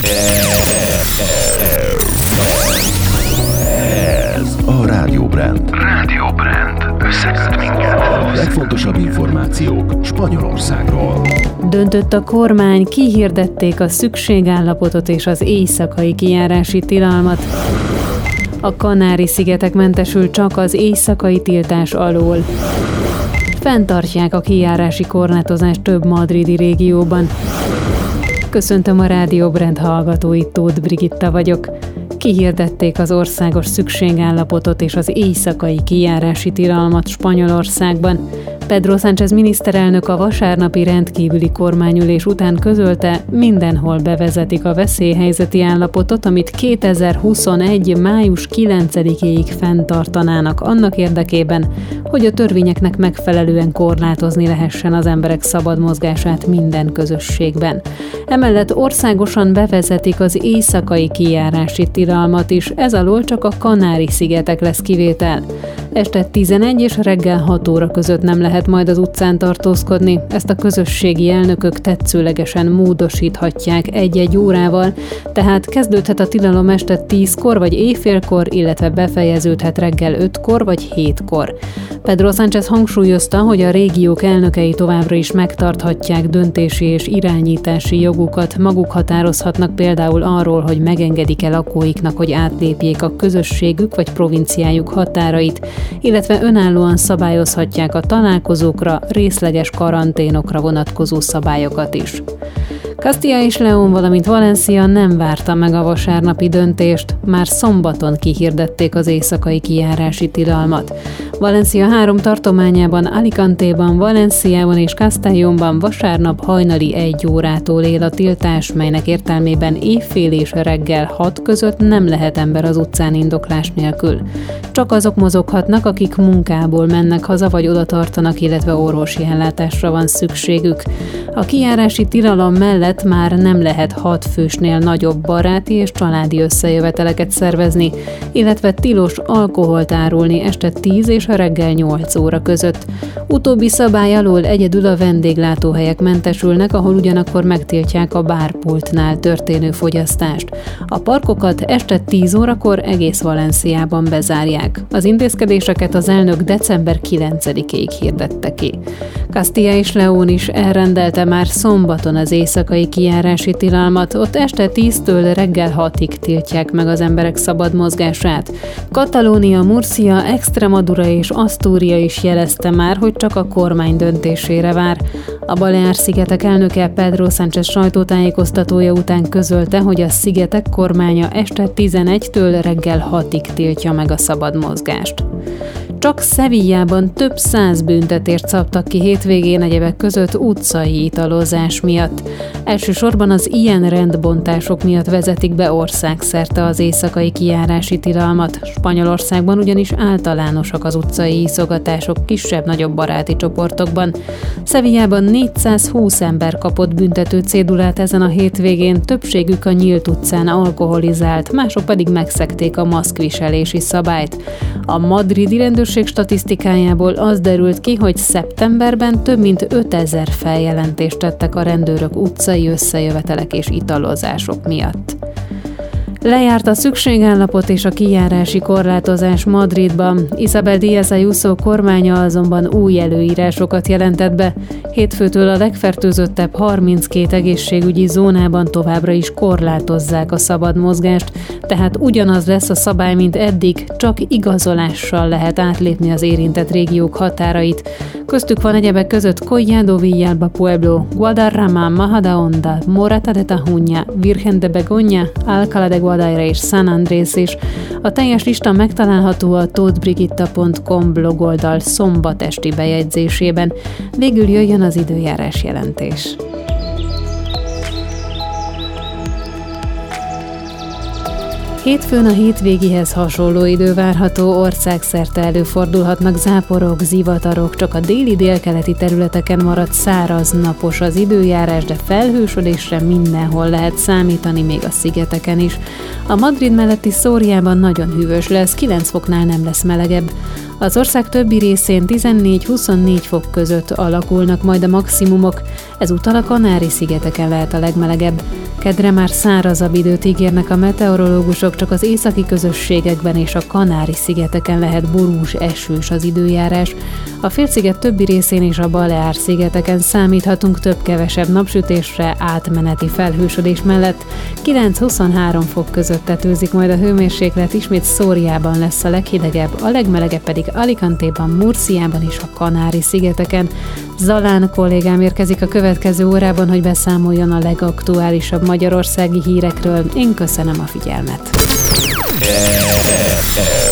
Ez a Rádió Brand. Rádió Brand. Összeköt minket. A legfontosabb információk Spanyolországról. Döntött a kormány, kihirdették a szükségállapotot és az éjszakai kijárási tilalmat. A Kanári-szigetek mentesül csak az éjszakai tiltás alól. Fenntartják a kijárási korlátozást több madridi régióban. Köszöntöm a Rádió Brand hallgatóit, Tóth Brigitta vagyok. Kihirdették az országos szükségállapotot és az éjszakai kijárási tilalmat Spanyolországban. Pedro Sánchez miniszterelnök a vasárnapi rendkívüli kormányülés után közölte, mindenhol bevezetik a veszélyhelyzeti állapotot, amit 2021. május 9-éig fenntartanának annak érdekében, hogy a törvényeknek megfelelően korlátozni lehessen az emberek szabad mozgását minden közösségben. Emellett országosan bevezetik az éjszakai kijárási tilalmat is, ez alól csak a Kanári-szigetek lesz kivétel. Este 11 és reggel 6 óra között nem lehet majd az utcán tartózkodni. Ezt a közösségi elnökök tetszőlegesen módosíthatják egy-egy órával, tehát kezdődhet a tilalom este 10-kor vagy éjfélkor, illetve befejeződhet reggel 5-kor vagy 7-kor. Pedro Sánchez hangsúlyozta, hogy a régiók elnökei továbbra is megtarthatják döntési és irányítási jogukat, maguk határozhatnak például arról, hogy megengedik-e lakóiknak, hogy átlépjék a közösségük vagy provinciájuk határait, illetve önállóan szabályozhatják a találkozókra, részleges karanténokra vonatkozó szabályokat is. Castilla és León, valamint Valencia nem várta meg a vasárnapi döntést, már szombaton kihirdették az éjszakai kijárási tilalmat. Valencia 3 tartományában, Alicantéban, Valenciában és Castellónban vasárnap hajnali 1 órától él a tiltás, melynek értelmében éjfél és reggel 6 között nem lehet ember az utcán indoklás nélkül. Csak azok mozoghatnak, akik munkából mennek haza vagy oda tartanak, illetve orvosi ellátásra van szükségük. A kijárási tilalom mellett már nem lehet 6 fősnél nagyobb baráti és családi összejöveteleket szervezni, illetve tilos alkoholt árulni este 10 és reggel 8 óra között. Utóbbi szabály alól egyedül a vendéglátóhelyek mentesülnek, ahol ugyanakkor megtiltják a bárpultnál történő fogyasztást. A parkokat este 10 órakor egész Valenciában bezárják. Az intézkedéseket az elnök december 9-ig hirdette ki. Castilla és León is elrendelte már szombaton az éjszakai kijárási tilalmat, ott este 10-től reggel 6-ig tiltják meg az emberek szabad mozgását. Katalónia, Murcia, Extremadura és Asztúria is jelezte már, hogy csak a kormány döntésére vár. A Baleár-szigetek elnöke Pedro Sánchez sajtótájékoztatója után közölte, hogy a szigetek kormánya este 11-től reggel 6-ig tiltja meg a szabad mozgást. Csak Sevillában több 100 büntetést szabtak ki hétvégén, egyebek között utcai italozás miatt. Elsősorban az ilyen rendbontások miatt vezetik be országszerte az éjszakai kijárási tilalmat. Spanyolországban ugyanis általánosak az utcai iszogatások kisebb-nagyobb baráti csoportokban. Sevillában 420 ember kapott büntető cédulát ezen a hétvégén, többségük a nyílt utcán alkoholizált, mások pedig megszegték a maszkviselési szabályt. A madridi rendőrség statisztikájából az derült ki, hogy szeptemberben több mint 5000 feljelentést tettek a rendőrök utcai összejövetelek és italozások miatt. Lejárt a szükségállapot és a kijárási korlátozás Madridban. Isabel Díaz Ayuso kormánya azonban új előírásokat jelentett be. Hétfőtől a legfertőzöttebb 32 egészségügyi zónában továbbra is korlátozzák a szabad mozgást, tehát ugyanaz lesz a szabály, mint eddig, csak igazolással lehet átlépni az érintett régiók határait. Köztük van egyebek között Collado Villalba Pueblo, Guadarrama, Majadahonda, Morata de Tajuña, Virgen de Begoña, Alcalá de Guadaira és San Andrés is. A teljes lista megtalálható a tothbrigitta.com blogoldal szombat esti bejegyzésében. Végül jöjjön az időjárás jelentés. Hétfőn a hétvégihez hasonló idő várható, országszerte előfordulhatnak záporok, zivatarok, csak a déli-délkeleti területeken marad száraz, napos az időjárás, de felhősödésre mindenhol lehet számítani, még a szigeteken is. A Madrid melletti Szóriában nagyon hűvös lesz, 9 foknál nem lesz melegebb. Az ország többi részén 14-24 fok között alakulnak majd a maximumok, ezúttal a Kanári-szigeteken lehet a legmelegebb. Kedre már szárazabb időt ígérnek a meteorológusok, csak az északi közösségekben és a Kanári-szigeteken lehet borús, esős az időjárás. A félsziget többi részén és a Baleár-szigeteken számíthatunk több-kevesebb napsütésre, átmeneti felhősödés mellett. 9-23 fok között tetőzik majd a hőmérséklet, ismét Szóriában lesz a leghidegebb, a legmelegebb pedig Alicantéban, Murciában és a Kanári-szigeteken. Zalán kollégám érkezik a következő órában, hogy beszámoljon a legaktuálisabb magyarországi hírekről. Én köszönöm a figyelmet.